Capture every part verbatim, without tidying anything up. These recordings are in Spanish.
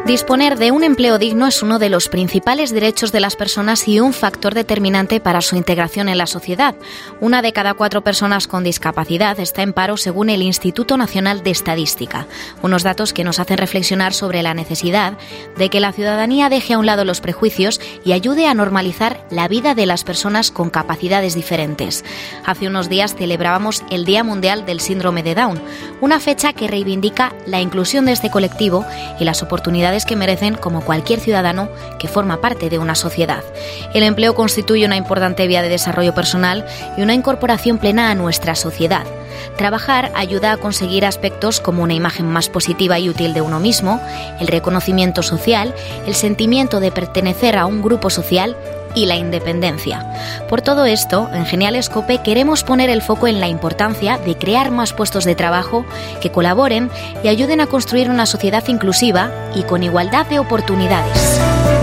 Disponer de un empleo digno es uno de los principales derechos de las personas y un factor determinante para su integración en la sociedad. Una de cada cuatro personas con discapacidad está en paro según el Instituto Nacional de Estadística. Unos datos que nos hacen reflexionar sobre la necesidad de que la ciudadanía deje a un lado los prejuicios y ayude a normalizar la vida de las personas con capacidades diferentes. Hace unos días celebrábamos el Día Mundial del Síndrome de Down, una fecha que reivindica la inclusión de este colectivo y las oportunidades que merecen como cualquier ciudadano que forma parte de una sociedad. El empleo constituye una importante vía de desarrollo personal y una incorporación plena a nuestra sociedad. Trabajar ayuda a conseguir aspectos como una imagen más positiva y útil de uno mismo, el reconocimiento social, el sentimiento de pertenecer a un grupo social y la independencia. Por todo esto, en Genial Scope queremos poner el foco en la importancia de crear más puestos de trabajo que colaboren y ayuden a construir una sociedad inclusiva y con igualdad de oportunidades.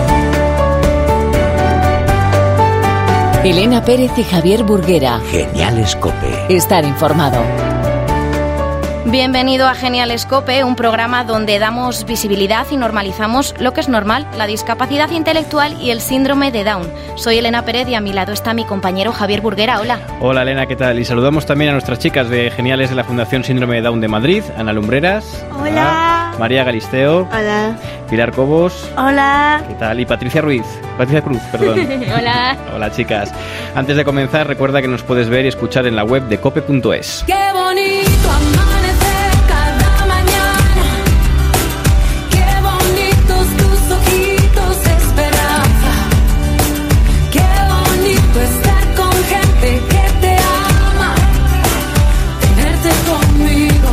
Elena Pérez y Javier Burguera. Genial Scope. Estar informado. Bienvenido a Genial Scope, un programa donde damos visibilidad y normalizamos lo que es normal, la discapacidad intelectual y el síndrome de Down. Soy Elena Pérez y a mi lado está mi compañero Javier Burguera. Hola. Hola Elena, ¿qué tal? Y saludamos también a nuestras chicas de Geniales de la Fundación Síndrome de Down de Madrid, Ana Lumbreras. Hola. Hola. María Galisteo. Hola. Pilar Cobos. Hola. ¿Qué tal? Y Patricia Ruiz. Patricia Cruz, perdón. Hola. Hola chicas. Antes de comenzar, recuerda que nos puedes ver y escuchar en la web de cope punto es. ¡Qué bonito amanecer cada mañana! ¡Qué bonitos tus ojitos de esperanza! ¡Qué bonito estar con gente que te ama! Tenerte conmigo,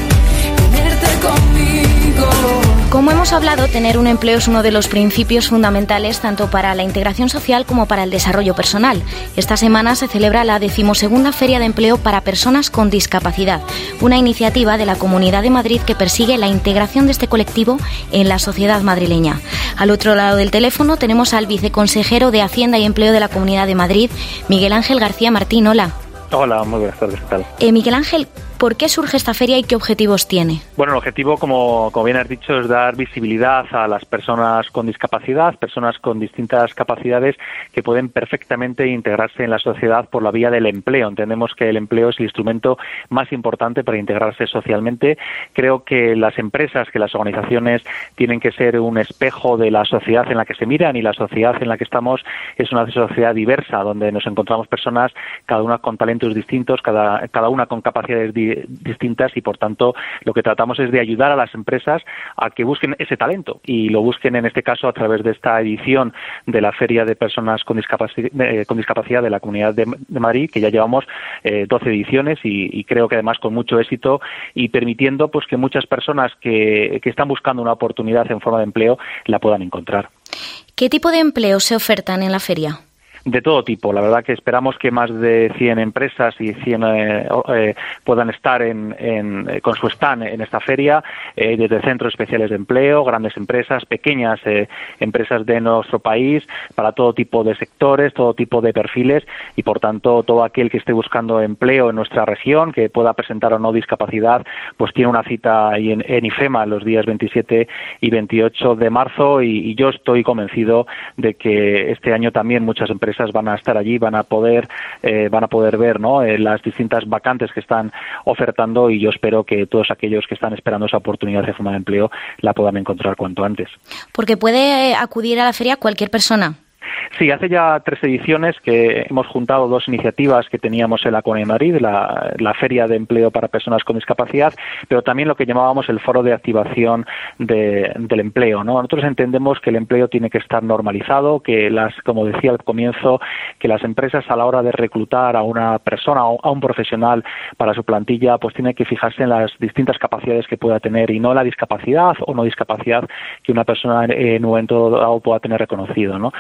tenerte conmigo. Como hemos hablado, tener un empleo es uno de los principios fundamentales tanto para la integración social como para el desarrollo personal. Esta semana se celebra la decimosegunda Feria de Empleo para Personas con Discapacidad, una iniciativa de la Comunidad de Madrid que persigue la integración de este colectivo en la sociedad madrileña. Al otro lado del teléfono tenemos al viceconsejero de Hacienda y Empleo de la Comunidad de Madrid, Miguel Ángel García Martín. Hola. Hola, muy buenas tardes, ¿qué tal? Eh, Miguel Ángel, ¿por qué surge esta feria y qué objetivos tiene? Bueno, el objetivo, como, como bien has dicho, es dar visibilidad a las personas con discapacidad, personas con distintas capacidades que pueden perfectamente integrarse en la sociedad por la vía del empleo. Entendemos que el empleo es el instrumento más importante para integrarse socialmente. Creo que las empresas, que las organizaciones tienen que ser un espejo de la sociedad en la que se miran, y la sociedad en la que estamos es una sociedad diversa, donde nos encontramos personas, cada una con talentos distintos, cada, cada una con capacidades di- distintas, y por tanto lo que tratamos es de ayudar a las empresas a que busquen ese talento, y lo busquen en este caso a través de esta edición de la Feria de Personas con, Discapaci- eh, con Discapacidad de la Comunidad de, de Madrid, que ya llevamos eh, doce ediciones y, y creo que además con mucho éxito, y permitiendo pues que muchas personas que, que están buscando una oportunidad en forma de empleo la puedan encontrar. ¿Qué tipo de empleos se ofertan en la feria? De todo tipo. La verdad que esperamos que más de cien empresas y cien eh, eh, puedan estar en, en, eh, con su stand en esta feria, eh, desde centros especiales de empleo, grandes empresas, pequeñas eh, empresas de nuestro país, para todo tipo de sectores, todo tipo de perfiles, y por tanto todo aquel que esté buscando empleo en nuestra región, que pueda presentar o no discapacidad, pues tiene una cita ahí en, en IFEMA los días veintisiete y veintiocho de marzo, y, y yo estoy convencido de que este año también muchas empresas van a estar allí, van a poder eh, van a poder ver, ¿no?, eh, las distintas vacantes que están ofertando, y yo espero que todos aquellos que están esperando esa oportunidad de forma de empleo la puedan encontrar cuanto antes. Porque puede acudir a la feria cualquier persona. Sí, hace ya tres ediciones que hemos juntado dos iniciativas que teníamos en la Comunidad de Madrid, la, la Feria de Empleo para Personas con Discapacidad, pero también lo que llamábamos el Foro de Activación de, del Empleo, ¿no? Nosotros entendemos que el empleo tiene que estar normalizado, que las, como decía al comienzo, que las empresas a la hora de reclutar a una persona o a un profesional para su plantilla, pues tienen que fijarse en las distintas capacidades que pueda tener, y no la discapacidad o no discapacidad que una persona en un momento dado pueda tener reconocido, ¿no? Por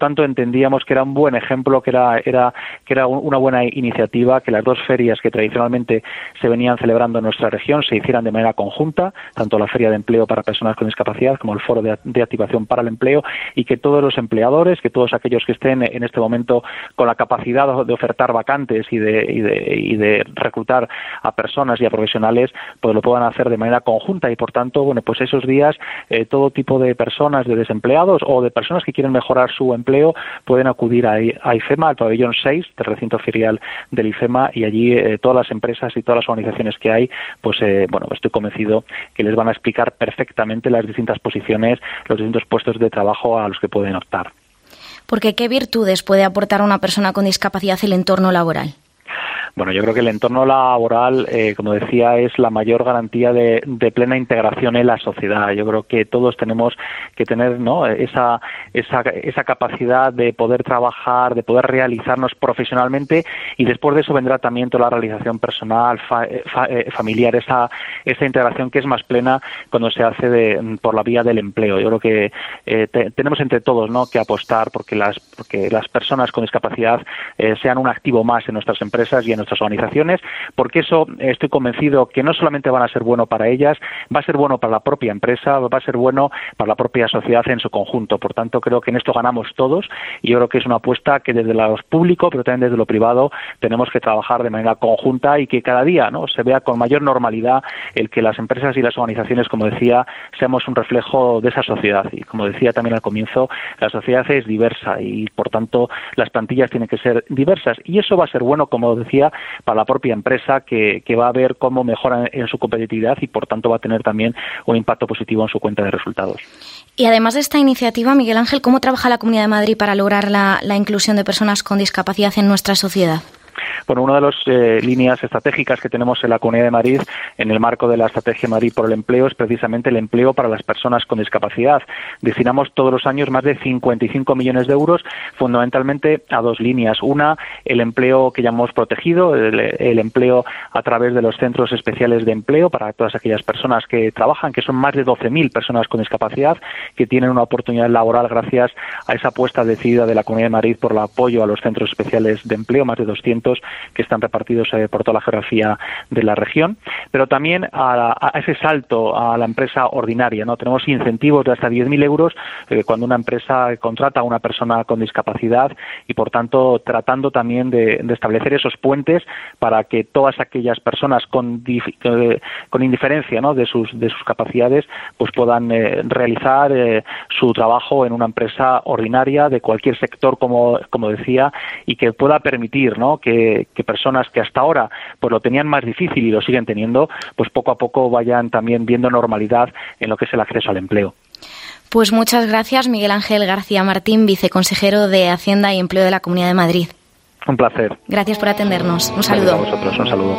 tanto entendíamos que era un buen ejemplo, que era, era, que era una buena iniciativa, que las dos ferias que tradicionalmente se venían celebrando en nuestra región se hicieran de manera conjunta, tanto la Feria de Empleo para Personas con Discapacidad como el Foro de, de Activación para el Empleo, y que todos los empleadores, que todos aquellos que estén en este momento con la capacidad de ofertar vacantes y de, y de, y de reclutar a personas y a profesionales, pues lo puedan hacer de manera conjunta, y por tanto, bueno, pues esos días eh, todo tipo de personas, de desempleados o de personas que quieren mejorar su empleo, pueden acudir a, a IFEMA, al pabellón seis del recinto ferial del IFEMA, y allí eh, todas las empresas y todas las organizaciones que hay, pues eh, bueno, estoy convencido que les van a explicar perfectamente las distintas posiciones, los distintos puestos de trabajo a los que pueden optar. Porque ¿qué virtudes puede aportar a una persona con discapacidad el entorno laboral? Bueno, yo creo que el entorno laboral, eh, como decía, es la mayor garantía de, de plena integración en la sociedad. Yo creo que todos tenemos que tener, ¿no?, esa, esa, esa capacidad de poder trabajar, de poder realizarnos profesionalmente, y después de eso vendrá también toda la realización personal, fa, fa, eh, familiar, esa, esa integración que es más plena cuando se hace de, por la vía del empleo. Yo creo que eh, te, tenemos entre todos, ¿no?, que apostar porque las, porque las personas con discapacidad eh, sean un activo más en nuestras empresas y en nuestras organizaciones, porque eso eh, estoy convencido que no solamente van a ser bueno para ellas, va a ser bueno para la propia empresa, va a ser bueno para la propia sociedad en su conjunto. Por tanto, creo que en esto ganamos todos, y yo creo que es una apuesta que desde lo público, pero también desde lo privado, tenemos que trabajar de manera conjunta, y que cada día, ¿no?, se vea con mayor normalidad el que las empresas y las organizaciones, como decía, seamos un reflejo de esa sociedad. Y como decía también al comienzo, la sociedad es diversa y por tanto las plantillas tienen que ser diversas, y eso va a ser bueno, como decía, para la propia empresa, que, que va a ver cómo mejora en su competitividad, y por tanto va a tener también un impacto positivo en su cuenta de resultados. Y además de esta iniciativa, Miguel Ángel, ¿cómo trabaja la Comunidad de Madrid para lograr la, la inclusión de personas con discapacidad en nuestra sociedad? Bueno, una de las eh, líneas estratégicas que tenemos en la Comunidad de Madrid, en el marco de la Estrategia Madrid por el Empleo, es precisamente el empleo para las personas con discapacidad. Destinamos todos los años más de cincuenta y cinco millones de euros, fundamentalmente a dos líneas. Una, el empleo que llamamos protegido, el, el empleo a través de los centros especiales de empleo para todas aquellas personas que trabajan, que son más de doce mil personas con discapacidad, que tienen una oportunidad laboral gracias a esa apuesta decidida de la Comunidad de Madrid por el apoyo a los centros especiales de empleo, más de doscientos que están repartidos eh, por toda la geografía de la región, pero también a, a ese salto a la empresa ordinaria, ¿no? Tenemos incentivos de hasta diez mil euros eh, cuando una empresa contrata a una persona con discapacidad, y por tanto tratando también de, de establecer esos puentes para que todas aquellas personas con, eh, con indiferencia, ¿no?, de sus de sus capacidades, pues puedan eh, realizar eh, su trabajo en una empresa ordinaria de cualquier sector, como como decía, y que pueda permitir, ¿no?, que, que personas que hasta ahora pues lo tenían más difícil y lo siguen teniendo, pues poco a poco vayan también viendo normalidad en lo que es el acceso al empleo. Pues muchas gracias, Miguel Ángel García Martín, viceconsejero de Hacienda y Empleo de la Comunidad de Madrid. Un placer. Gracias por atendernos. Un saludo. Gracias a vosotros. Un saludo.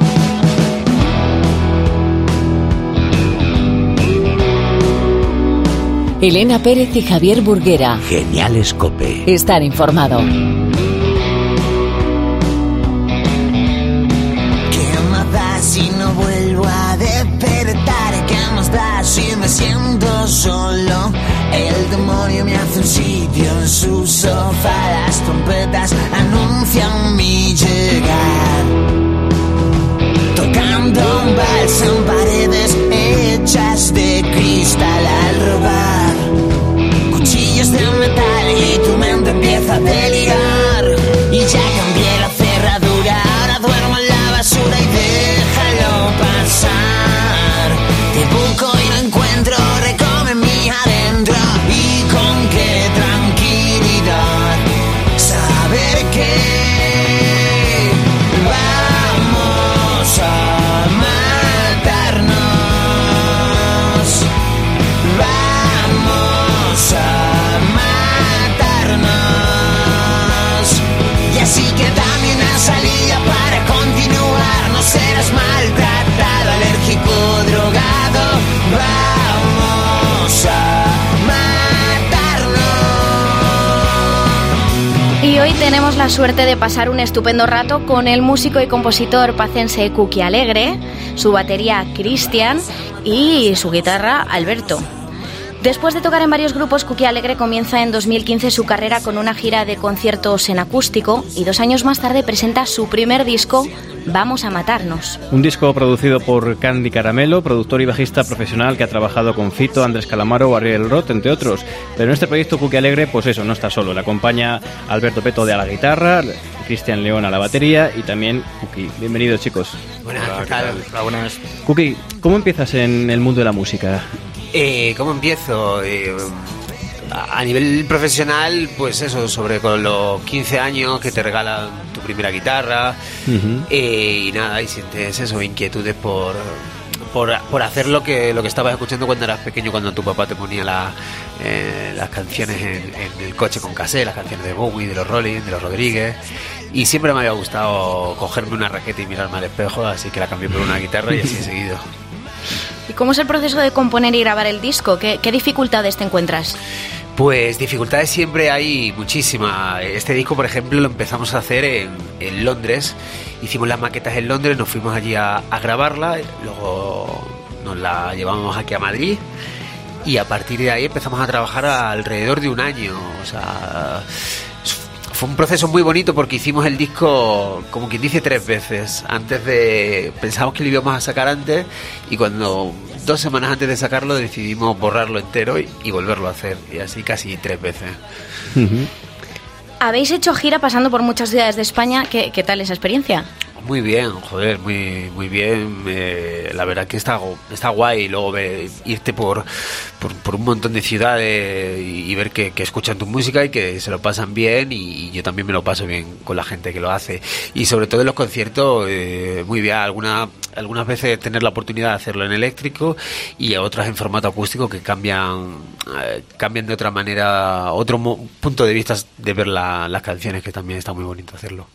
Elena Pérez y Javier Burguera. Geniales COPE. Estar informado. Si no vuelvo a despertar, ¿qué más da si me siento solo? El demonio me hace un sitio en su sofá, las trompetas anuncian mi llegar. Tocando un vals en paredes hechas de cristal al robar. Cuchillos de metal y tu mente empieza a delirar. Y ya cambié la cerradura, ahora duermo en la basura y déjalo pasar. Te busco y no encuentro, recome mi adentro. Y con qué tranquilidad saber que vamos a matarnos. Vamos a matarnos. Y así que dame una salida para continuar. No serás maltratado, alérgico, drogado. Vamos a matarnos. Y hoy tenemos la suerte de pasar un estupendo rato con el músico y compositor pacense Cuqui Alegre, su batería Cristian y su guitarra Alberto. Después de tocar en varios grupos, Cookie Alegre comienza en dos mil quince su carrera con una gira de conciertos en acústico y dos años más tarde presenta su primer disco, Vamos a matarnos. Un disco producido por Candy Caramelo, productor y bajista profesional que ha trabajado con Fito, Andrés Calamaro o Ariel Roth, entre otros. Pero en este proyecto Cookie Alegre, pues eso, no está solo. Le acompaña Alberto Peto de a la guitarra, Cristian León a la batería y también Cookie. Bienvenidos, chicos. Buenas, ¿qué tal? Hola, buenas. Cookie, ¿cómo empiezas en el mundo de la música? Eh, ¿Cómo empiezo? Eh, a nivel profesional, pues eso, sobre con los quince años que te regalan tu primera guitarra, uh-huh. eh, y nada, y sientes eso, inquietudes por, por, por hacer lo que, lo que estabas escuchando cuando eras pequeño, cuando tu papá te ponía la, eh, las canciones en, en el coche con cassette, las canciones de Bowie, de los Rolling, de los Rodríguez. Y siempre me había gustado cogerme una raqueta y mirarme al espejo, así que la cambié por una guitarra y así he seguido. ¿Y cómo es el proceso de componer y grabar el disco? ¿Qué, qué dificultades te encuentras? Pues dificultades siempre hay muchísimas. Este disco, por ejemplo, lo empezamos a hacer en, en Londres. Hicimos las maquetas en Londres, nos fuimos allí a, a grabarla, luego nos la llevamos aquí a Madrid y a partir de ahí empezamos a trabajar alrededor de un año. O sea, fue un proceso muy bonito porque hicimos el disco, como quien dice, tres veces. Antes de... Pensábamos que lo íbamos a sacar antes y cuando... Dos semanas antes de sacarlo decidimos borrarlo entero y, y volverlo a hacer. Y así casi tres veces. Uh-huh. Habéis hecho gira pasando por muchas ciudades de España. ¿Qué, qué tal esa experiencia? Muy bien, joder, muy muy bien. Eh, la verdad que está, está guay luego ver, irte por, por, por un montón de ciudades y, y ver que, que escuchan tu música y que se lo pasan bien y, y yo también me lo paso bien con la gente que lo hace. Y sobre todo en los conciertos, eh, muy bien. Alguna, algunas veces tener la oportunidad de hacerlo en eléctrico y otras en formato acústico que cambian, eh, cambian de otra manera, otro mo- punto de vista de ver la, las canciones, que también está muy bonito hacerlo.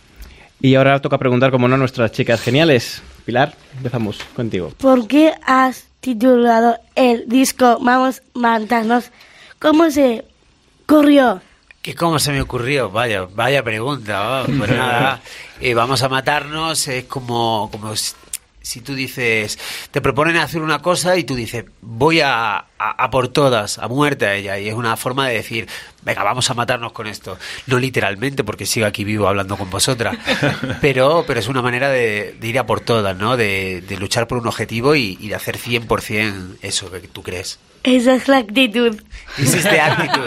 Y ahora toca preguntar, como no, a nuestras chicas geniales. Pilar, empezamos contigo. ¿Por qué has titulado el disco Vamos a matarnos? ¿Cómo se ocurrió? ¿Qué cómo se me ocurrió? Vaya, vaya pregunta. Oh, pues nada, eh, Vamos a matarnos es como, como si tú dices, te proponen hacer una cosa y tú dices, voy a, a, a por todas, a muerte a ella. Y es una forma de decir, venga, vamos a matarnos con esto. No literalmente, porque sigo aquí vivo hablando con vosotras, pero, pero es una manera de, de ir a por todas, ¿no? De, de luchar por un objetivo y, y de hacer cien por ciento eso que tú crees. Esa es la actitud. Hiciste actitud.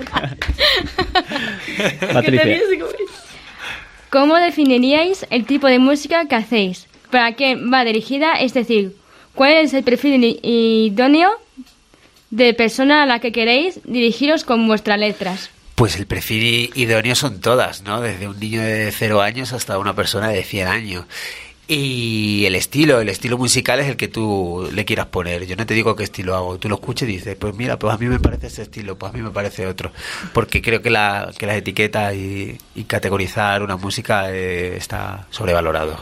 Patricia. ¿Cómo definiríais el tipo de música que hacéis? ¿Para qué va dirigida? Es decir, ¿cuál es el perfil idóneo de persona a la que queréis dirigiros con vuestras letras? Pues el perfil idóneo son todas, ¿no? Desde un niño de cero años hasta una persona de cien años. Y el estilo, el estilo musical es el que tú le quieras poner. Yo no te digo qué estilo hago, tú lo escuchas y dices, pues mira, pues a mí me parece ese estilo, pues a mí me parece otro. Porque creo que, la, que las etiquetas y, y categorizar una música eh, está sobrevalorado.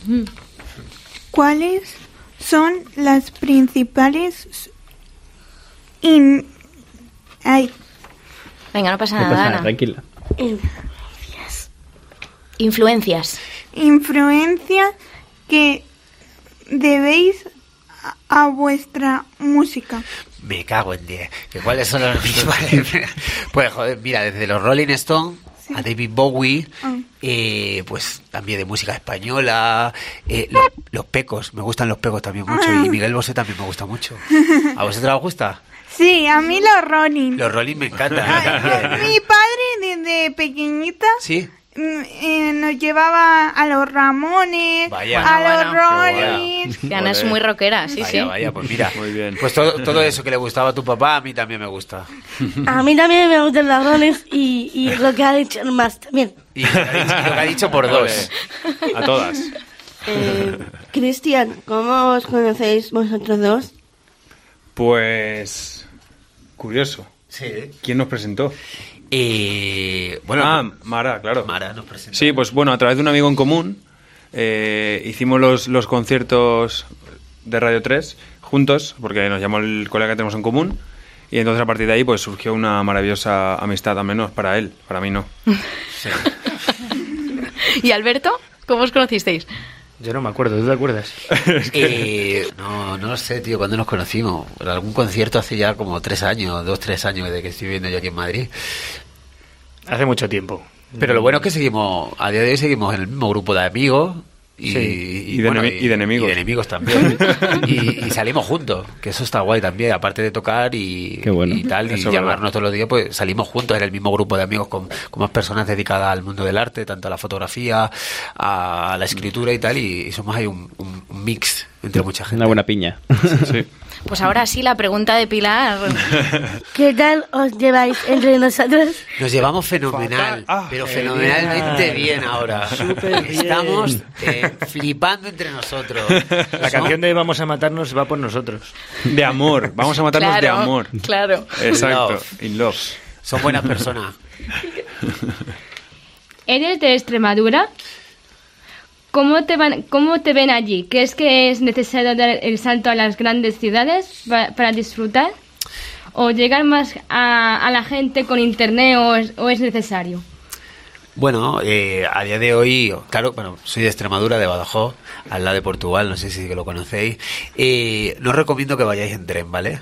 ¿Cuáles son las principales in... Ay. Venga, no pasa no nada, pasa Ana. nada, tranquila. Influencias. Influencias. Influencia que debéis a, a vuestra música. Me cago en diez. ¿Cuáles son los principales? Pues joder, mira, desde los Rolling Stones a David Bowie, Ah. eh, pues también de música española, eh, los, los Pecos, me gustan los Pecos también mucho, Ah. y Miguel Bosé también me gusta mucho. ¿A vosotros os gusta? Sí, a mí los Rolling. Los Rolling me encantan. Mi padre desde pequeñita ¿Sí? mm, eh, nos llevaba a los Ramones, Vaya. a Bueno, los bueno. Rolling. Ana es muy rockera, sí, Vaya, sí. vaya, pues mira. Muy bien. Pues todo, todo eso que le gustaba a tu papá, a mí también me gusta. A mí también me gustan los roles y, y lo que ha dicho más también. Y lo que ha dicho, y lo que ha dicho por dos. A todas. Eh, Cristian, ¿cómo os conocéis vosotros dos? Pues... curioso. Sí. ¿Quién nos presentó? Eh, bueno, Ah, Mara, claro. Mara nos presentó. Sí, pues bueno, a través de un amigo en común eh, hicimos los, los conciertos de Radio tres juntos, porque nos llamó el colega que tenemos en común, y entonces a partir de ahí pues surgió una maravillosa amistad, al menos para él, para mí no. Sí. ¿Y Alberto? ¿Cómo os conocisteis? Yo no me acuerdo, ¿tú te acuerdas? Eh, no, no lo sé, tío, ¿cuándo nos conocimos? En algún concierto hace ya como tres años, dos, tres años desde que estoy viviendo yo aquí en Madrid. Hace mucho tiempo. Pero lo bueno es que seguimos, a día de hoy seguimos en el mismo grupo de amigos. Y, sí. y, y, de bueno, y, y de enemigos. Y de enemigos también. y, y salimos juntos, que eso está guay también, aparte de tocar y, bueno. y tal, y Eso llamarnos todos los días, pues salimos juntos en el mismo grupo de amigos con, con más personas dedicadas al mundo del arte, tanto a la fotografía, a la escritura y tal, y, y somos ahí un, un, un mix entre mucha gente. Una buena piña. Sí. Pues ahora sí, la pregunta de Pilar. ¿Qué tal os lleváis entre nosotros? Nos llevamos fenomenal, Ah, pero genial. fenomenalmente bien ahora. Súper bien. Estamos eh, flipando entre nosotros. La canción de Vamos a matarnos va por nosotros. De amor. Vamos a matarnos Claro, de amor. Claro. Exacto. Love. In love. Son buenas personas. ¿Eres de Extremadura? ¿Cómo te, van, ¿Cómo te ven allí? ¿Crees que es necesario dar el salto a las grandes ciudades para, para disfrutar? ¿O llegar más a, a la gente con internet o es, o es necesario? Bueno, eh, a día de hoy, claro, bueno, soy de Extremadura, de Badajoz, al lado de Portugal, no sé si que lo conocéis. Eh, no os recomiendo que vayáis en tren, ¿vale?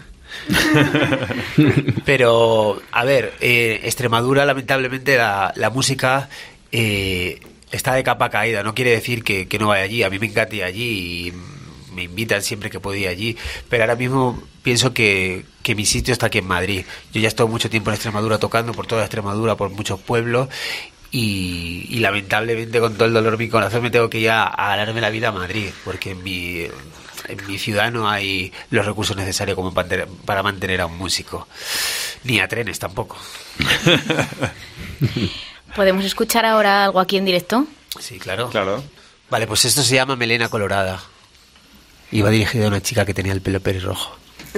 Pero, a ver, eh, Extremadura, lamentablemente, la, la música eh, está de capa caída. No quiere decir que, que no vaya allí. A mí me encanta ir allí y me invitan siempre que puedo ir allí. Pero ahora mismo pienso que, que mi sitio está aquí en Madrid. Yo ya he estado mucho tiempo en Extremadura tocando por toda Extremadura, por muchos pueblos. Y, y lamentablemente, con todo el dolor de mi corazón, me tengo que ir a, a ganarme la vida a Madrid, porque en mi, en mi ciudad no hay los recursos necesarios como para mantener, para mantener a un músico, ni a trenes tampoco. ¿Podemos escuchar ahora algo aquí en directo? Sí, claro. Claro. Vale, pues esto se llama Melena Colorada. Y va dirigido a una chica que tenía el pelo pelirrojo.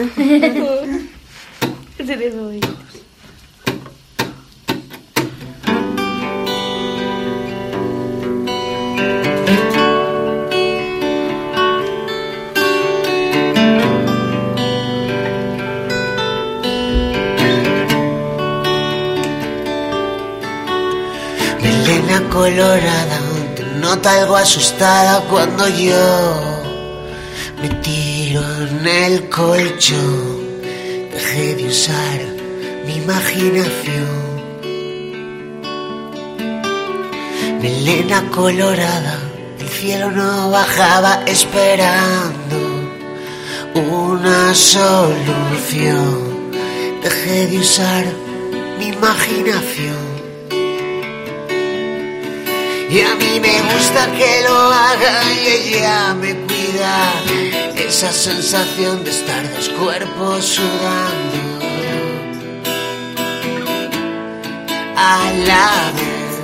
Melena colorada, te nota algo asustada cuando yo me tiro en el colchón. Dejé de usar mi imaginación. Melena colorada, el cielo no bajaba esperando una solución. Dejé de usar mi imaginación. Y a mí me gusta que lo haga y ella me cuida. Esa sensación de estar dos cuerpos sudando a la vez.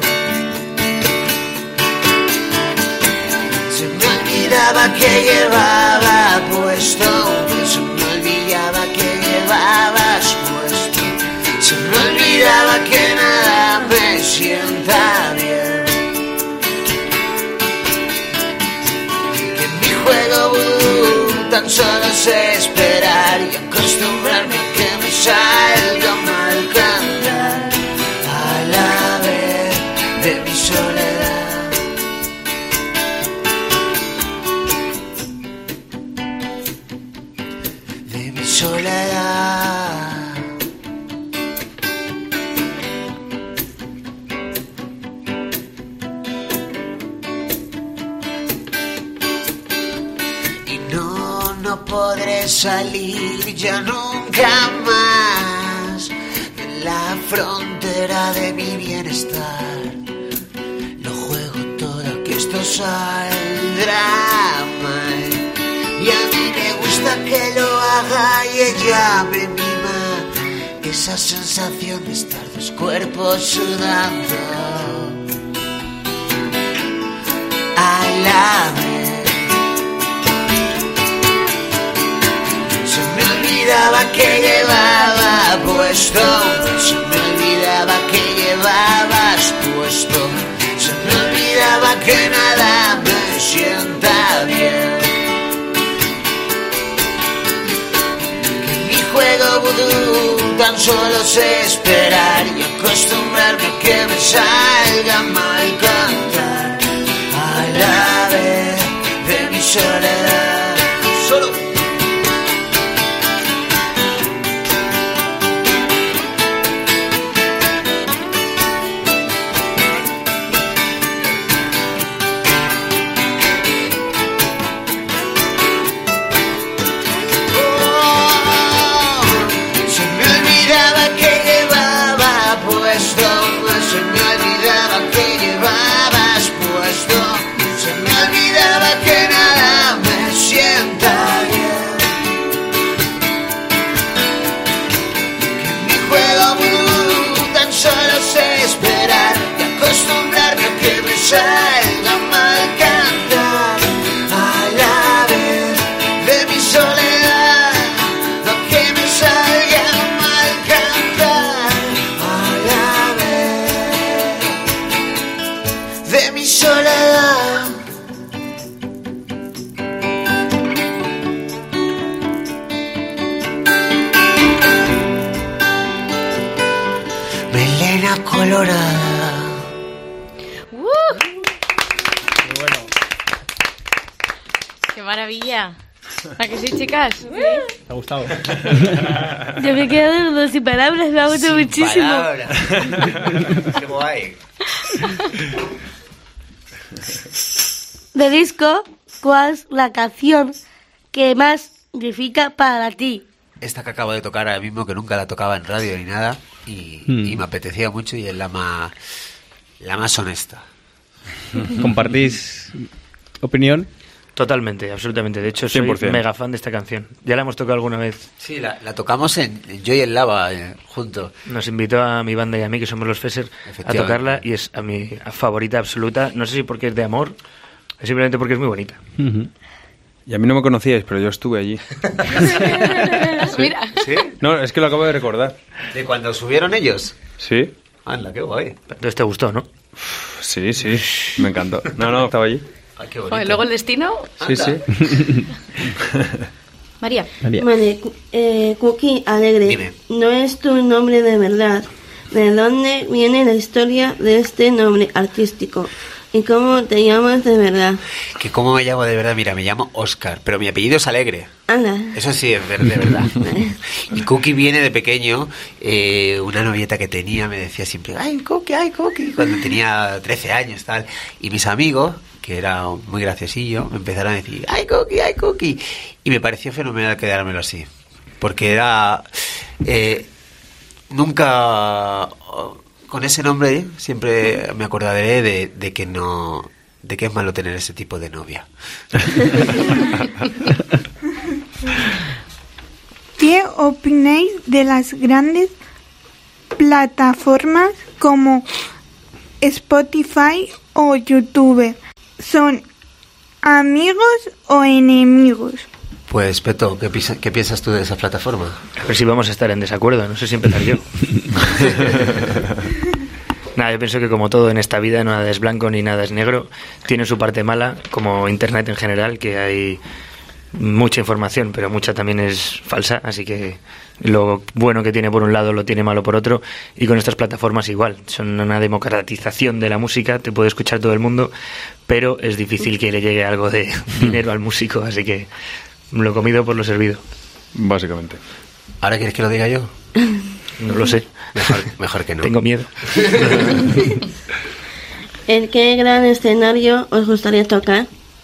Se me olvidaba que llevaba puesto, se me olvidaba que llevabas puesto, se me olvidaba que nada me sienta bien. Juego vudú, tan solo sé esperar y acostumbrarme a que me salga mal cantar a la vez de mi soledad. De mi soledad. No podré salir ya nunca más de la frontera de mi bienestar. Lo juego todo que esto saldrá mal. Y a mí me gusta que lo haga y ella me mima. Esa sensación de estar dos cuerpos sudando a la vez. Se me olvidaba que llevaba puesto, se me olvidaba que llevabas puesto, se me olvidaba que nada me sienta bien. Que mi juego vudú tan solo sé esperar y acostumbrarme a que me salga mal cantar a la vez soledad. Solo. Salga mal cantar a la vez de mi soledad, lo que me salga mal cantar a la vez de mi soledad. Melena colorada. ¡Qué maravilla! ¿A que sí, chicas? ¿Te ha gustado? Yo me he quedado sin palabras, me ha gustado Sin muchísimo. palabras. ¡Qué guay! De disco, ¿cuál es la canción que más significa para ti? Esta que acabo de tocar ahora mismo, que nunca la tocaba en radio ni nada, y, Hmm. y me apetecía mucho y es la más, la más honesta. ¿Compartís opinión? Totalmente, absolutamente. De hecho, soy cien por ciento. mega fan de esta canción. Ya la hemos tocado alguna vez. Sí, la, la tocamos en, en Joy en Lava, eh, juntos. Nos invitó a mi banda y a mí, que somos los Feser, a Efectivamente. tocarla y es a mi favorita absoluta. No sé si porque es de amor, o simplemente porque es muy bonita. Ujú. Y a mí no me conocíais, pero yo estuve allí. Mira. ¿Sí? No, es que lo acabo de recordar. ¿De cuando subieron ellos? Sí, Anda, qué guay. Entonces te gustó, ¿no? sí, sí, me encantó. No, no, estaba allí. Ay, qué bonito. Joder, luego el destino. Sí, sí. María. María. Vale, cu- eh, Cookie Alegre, Dime. no es tu nombre de verdad. ¿De dónde viene la historia de este nombre artístico? ¿Y cómo te llamas de verdad? Que cómo me llamo de verdad, mira, me llamo Oscar, pero mi apellido es Alegre. Anda. Eso sí, es ver- de verdad. Y Cookie viene de pequeño, eh, una novieta que tenía me decía siempre, ay, Cookie, ay, Cookie, cuando tenía trece años, tal. Y mis amigos, que era muy graciosillo, me empezaron a decir, ay, Cookie, ay, Cookie. Y me pareció fenomenal quedármelo así, porque era... eh, nunca... Con ese nombre siempre me acordaré de, de que no... de que es malo tener ese tipo de novia. ¿Qué opináis de las grandes plataformas como Spotify o YouTube? ¿Son amigos o enemigos? Pues, Peto, ¿qué, pisa- qué piensas tú de esa plataforma? A ver si vamos a estar en desacuerdo, no sé si empezar yo. Nada, yo pienso que como todo en esta vida, nada es blanco ni nada es negro. Tiene su parte mala, como Internet en general, que hay mucha información, pero mucha también es falsa, así que lo bueno que tiene por un lado lo tiene malo por otro, y con estas plataformas igual, son una democratización de la música, te puede escuchar todo el mundo, pero es difícil que le llegue algo de dinero al músico, así que lo comido por lo servido. Básicamente. ¿Ahora quieres que lo diga yo? No lo sé. Mejor, mejor que no. Tengo miedo. ¿En qué gran escenario os gustaría tocar?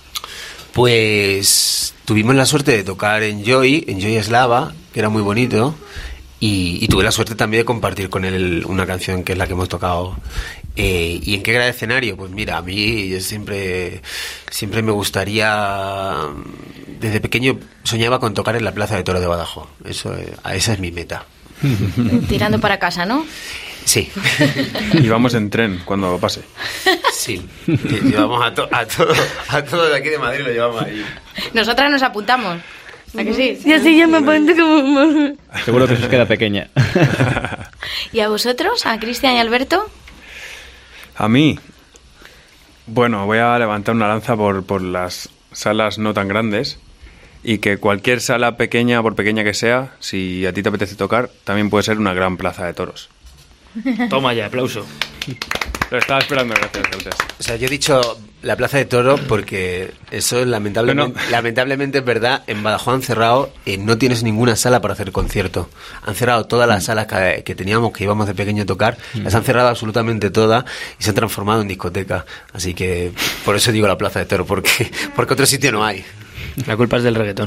Pues tuvimos la suerte de tocar en Joy, en Joy Eslava, que era muy bonito, y, y tuve la suerte también de compartir con él una canción que es la que hemos tocado. Eh, ¿Y en qué gran escenario? Pues mira, a mí yo siempre, siempre me gustaría, desde pequeño soñaba con tocar en la Plaza de Toros de Badajoz. Eso, eh, esa es mi meta. Tirando para casa, ¿no? Sí. Y vamos en tren cuando pase. Sí. Llevamos a, to- a todo, a todo de aquí de Madrid, lo llevamos ahí. Nosotras nos apuntamos. ¿A que sí? Yo sí, yo me apunto como... Seguro que se os queda pequeña. ¿Y a vosotros? ¿A Cristian y Alberto? A mí, bueno, voy a levantar una lanza por, por las salas no tan grandes, y que cualquier sala pequeña, por pequeña que sea, si a ti te apetece tocar, también puede ser una gran plaza de toros. Toma ya, aplauso. Lo estaba esperando, gracias, gracias. O sea, yo he dicho La Plaza de Toros, porque eso lamentablemente, Bueno. lamentablemente es verdad, en Badajoz han cerrado, eh, no tienes ninguna sala para hacer conciertos. Han cerrado todas las salas que, que teníamos, que íbamos de pequeño a tocar, las han cerrado absolutamente todas y se han transformado en discotecas. Así que por eso digo la Plaza de Toros, porque, porque otro sitio no hay. La culpa es del reggaetón.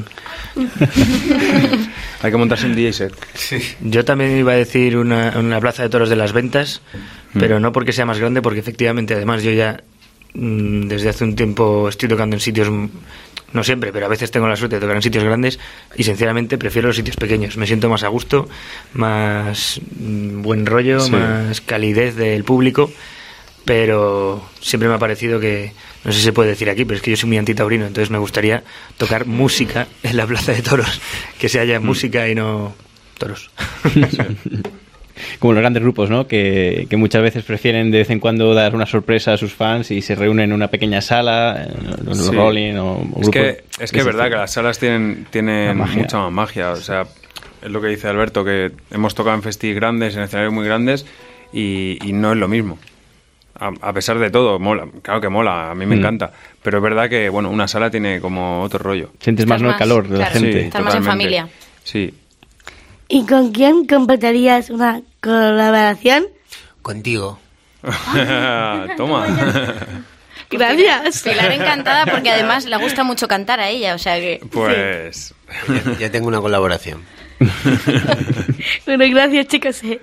Hay que montarse un D J set. Sí. Yo también iba a decir una, una Plaza de Toros de las Ventas, mm. pero no porque sea más grande, porque efectivamente, además, yo ya mmm, desde hace un tiempo estoy tocando en sitios, no siempre, pero a veces tengo la suerte de tocar en sitios grandes y sinceramente prefiero los sitios pequeños. Me siento más a gusto, más mmm, buen rollo, sí. más calidez del público, pero siempre me ha parecido que, no sé si se puede decir aquí, pero es que yo soy muy antitaurino, entonces me gustaría tocar música en la Plaza de Toros, que se haya mm. música y no toros. Como los grandes grupos, ¿no? Que, que muchas veces prefieren de vez en cuando dar una sorpresa a sus fans y se reúnen en una pequeña sala, los sí. Rolling o, o es grupos. Que, es que es verdad que las salas tienen, tienen mucha más magia, o sea, es lo que dice Alberto, que hemos tocado en festis grandes, en escenarios muy grandes y, y no es lo mismo. A, a pesar de todo, mola, claro que mola, a mí me mm. encanta, pero es verdad que, bueno, una sala tiene como otro rollo. Sientes más, ¿no? El calor de claro, la gente. Sí, estar más en familia. Sí. ¿Y con quién completarías una colaboración? Contigo. Toma. Gracias. Pilar encantada porque además le gusta mucho cantar a ella, o sea que... Pues... ya, ya tengo una colaboración. Bueno, gracias, chicos. ¿eh?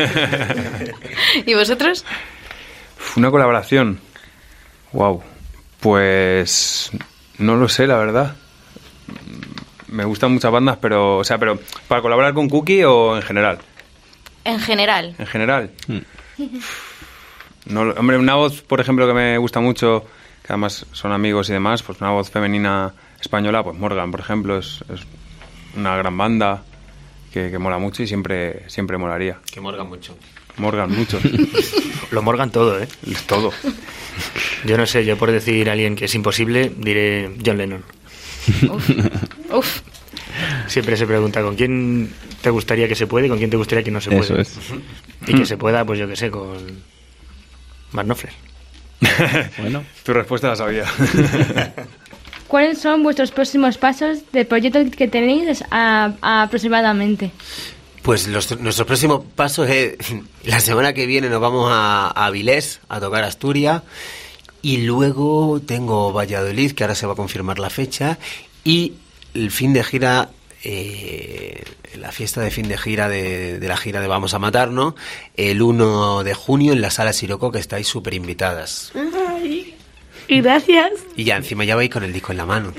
¿Y vosotros? Una colaboración. Wow. Pues no lo sé, la verdad. Me gustan muchas bandas, pero, o sea, pero ¿para colaborar con Cookie o en general? En general. En general. Mm. No, hombre, una voz, por ejemplo, que me gusta mucho, que además son amigos y demás, pues una voz femenina española, pues Morgan, por ejemplo, es, es una gran banda que, que mola mucho y siempre, siempre molaría. Que Morgan mucho. Morgan mucho. Lo Morgan todo, ¿eh? Todo. Yo no sé, yo por decir a alguien que es imposible, diré John Lennon. Uf. Uf. Siempre se pregunta con quién te gustaría que se puede y con quién te gustaría que no se puede. Eso es. Y que se pueda, pues yo que sé, con Mark Knopfler. Bueno, tu respuesta la sabía. ¿Cuáles son vuestros próximos pasos del proyecto que tenéis a, a aproximadamente? Pues los, nuestro próximo paso es la semana que viene nos vamos a, a Avilés a tocar Asturias y luego tengo Valladolid, que ahora se va a confirmar la fecha, y el fin de gira, eh, la fiesta de fin de gira de, de la gira de Vamos a Matarnos, el uno de junio en la Sala Siroco, que estáis súper invitadas. Ay, gracias. Y ya encima ya vais con el disco en la mano.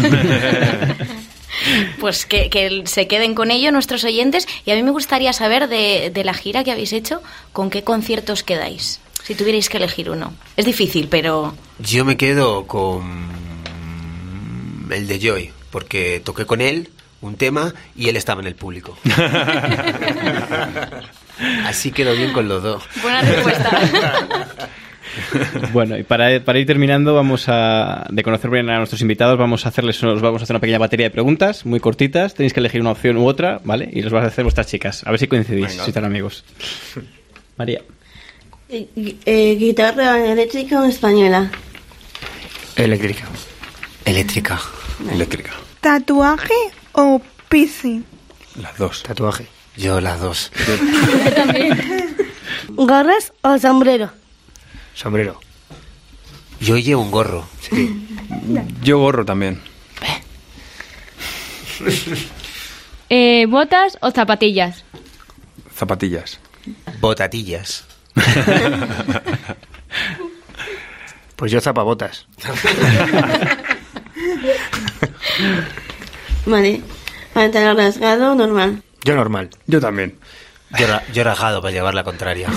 Pues que, que se queden con ello nuestros oyentes. Y a mí me gustaría saber de, de la gira que habéis hecho, ¿con qué conciertos quedáis? Si tuvierais que elegir uno. Es difícil, pero... Yo me quedo con el de Joy, porque toqué con él un tema y él estaba en el público. Así quedó bien con los dos. Buena respuesta. Bueno, y para, para ir terminando, vamos a de conocer bien a nuestros invitados, vamos a hacerles os vamos a hacer una pequeña batería de preguntas muy cortitas. Tenéis que elegir una opción u otra, ¿vale? Y los vas a hacer vuestras chicas. A ver si coincidís, Venga. Si están amigos. María. Eh, ¿Guitarra eléctrica o española? Eléctrica. Eléctrica. Eléctrica. ¿Tatuaje o piercing? Las dos. Tatuaje. Yo las dos. Yo también. ¿Gorras o sombrero? Sombrero. Yo llevo un gorro. Sí. Yo gorro también. Eh, ¿Botas o zapatillas? Zapatillas. Botatillas. Pues yo zapabotas. Vale. ¿Pantalón rasgado o normal? Yo normal. Yo también. Yo, yo rajado para llevar la contraria.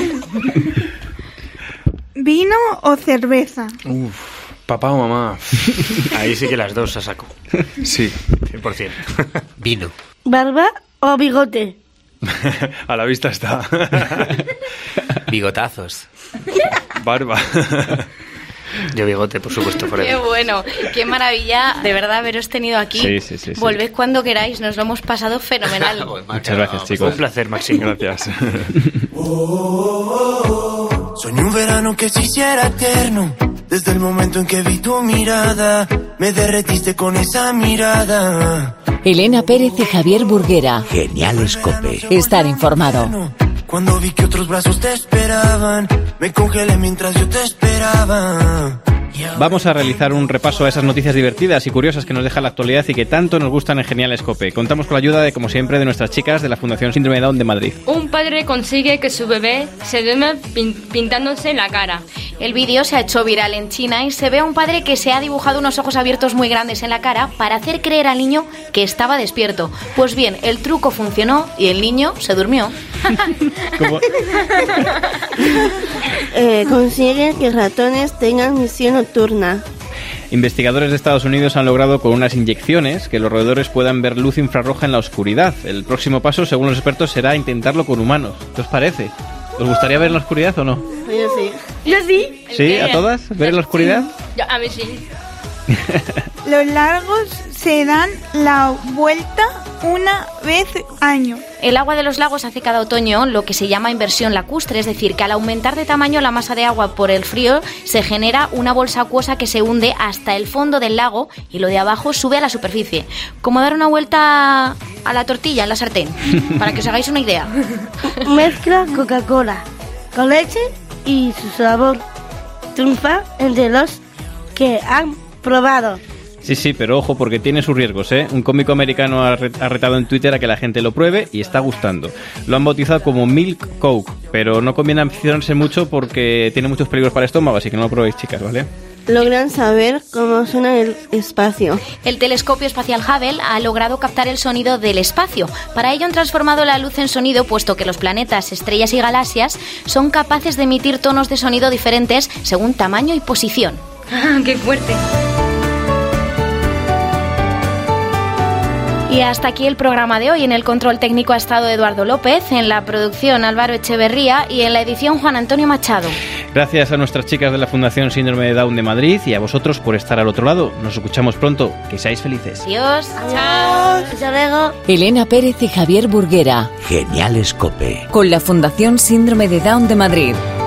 ¿Vino o cerveza? Uf, papá o mamá. Ahí sí que las dos a saco. Sí. cien por ciento. Vino. ¿Barba o bigote? A la vista está. Bigotazos. Barba. Yo bigote, por supuesto. Por Qué bueno, qué maravilla, de verdad, haberos tenido aquí. Sí, sí, sí, sí. Volved cuando queráis, nos lo hemos pasado fenomenal. Muchas gracias, chicos. Un placer, Maxim. Gracias. Soñé un verano que se hiciera eterno. Desde el momento en que vi tu mirada, me derretiste con esa mirada. Elena Pérez y Javier Burguera. Geniales Cope. Estar informado. Cuando vi que otros brazos te esperaban, me congelé mientras yo te esperaba. Vamos a realizar un repaso a esas noticias divertidas y curiosas que nos deja la actualidad y que tanto nos gustan en Geniales Cope. Contamos con la ayuda de, como siempre, de nuestras chicas de la Fundación Síndrome de Down de Madrid. Un padre consigue que su bebé se duerma pin- pintándose la cara. El vídeo se ha hecho viral en China y se ve a un padre que se ha dibujado unos ojos abiertos muy grandes en la cara para hacer creer al niño que estaba despierto. Pues bien, el truco funcionó y el niño se durmió. eh, consigue que ratones tengan visión nocturna. Investigadores de Estados Unidos han logrado con unas inyecciones que los roedores puedan ver luz infrarroja en la oscuridad. El próximo paso, según los expertos, será intentarlo con humanos. ¿Qué os parece? ¿Os gustaría ver en la oscuridad o no? Yo sí. Yo sí. ¿Sí? ¿A todas? ¿Ver en la oscuridad? Yo, a mí sí. Los lagos se dan la vuelta una vez año. El agua de los lagos hace cada otoño lo que se llama inversión lacustre, es decir, que al aumentar de tamaño la masa de agua por el frío se genera una bolsa acuosa que se hunde hasta el fondo del lago y lo de abajo sube a la superficie. Como dar una vuelta a la tortilla en la sartén, para que os hagáis una idea. Mezcla Coca-Cola con leche y su sabor triunfa entre los que han probado. Sí, sí, pero ojo, porque tiene sus riesgos, ¿eh? Un cómico americano ha, re- ha retado en Twitter a que la gente lo pruebe y está gustando. Lo han bautizado como Milk Coke, pero no conviene aficionarse mucho porque tiene muchos peligros para el estómago, así que no lo probéis, chicas, ¿vale? Logran saber cómo suena el espacio. El telescopio espacial Hubble ha logrado captar el sonido del espacio. Para ello han transformado la luz en sonido, puesto que los planetas, estrellas y galaxias son capaces de emitir tonos de sonido diferentes según tamaño y posición. ¡Qué fuerte! Y hasta aquí el programa de hoy. En el control técnico ha estado Eduardo López, en la producción Álvaro Echeverría y en la edición Juan Antonio Machado. Gracias a nuestras chicas de la Fundación Síndrome de Down de Madrid y a vosotros por estar al otro lado. Nos escuchamos pronto. Que seáis felices. Adiós. Chao. Hasta luego. Elena Pérez y Javier Burguera. Geniales Cope. Con la Fundación Síndrome de Down de Madrid.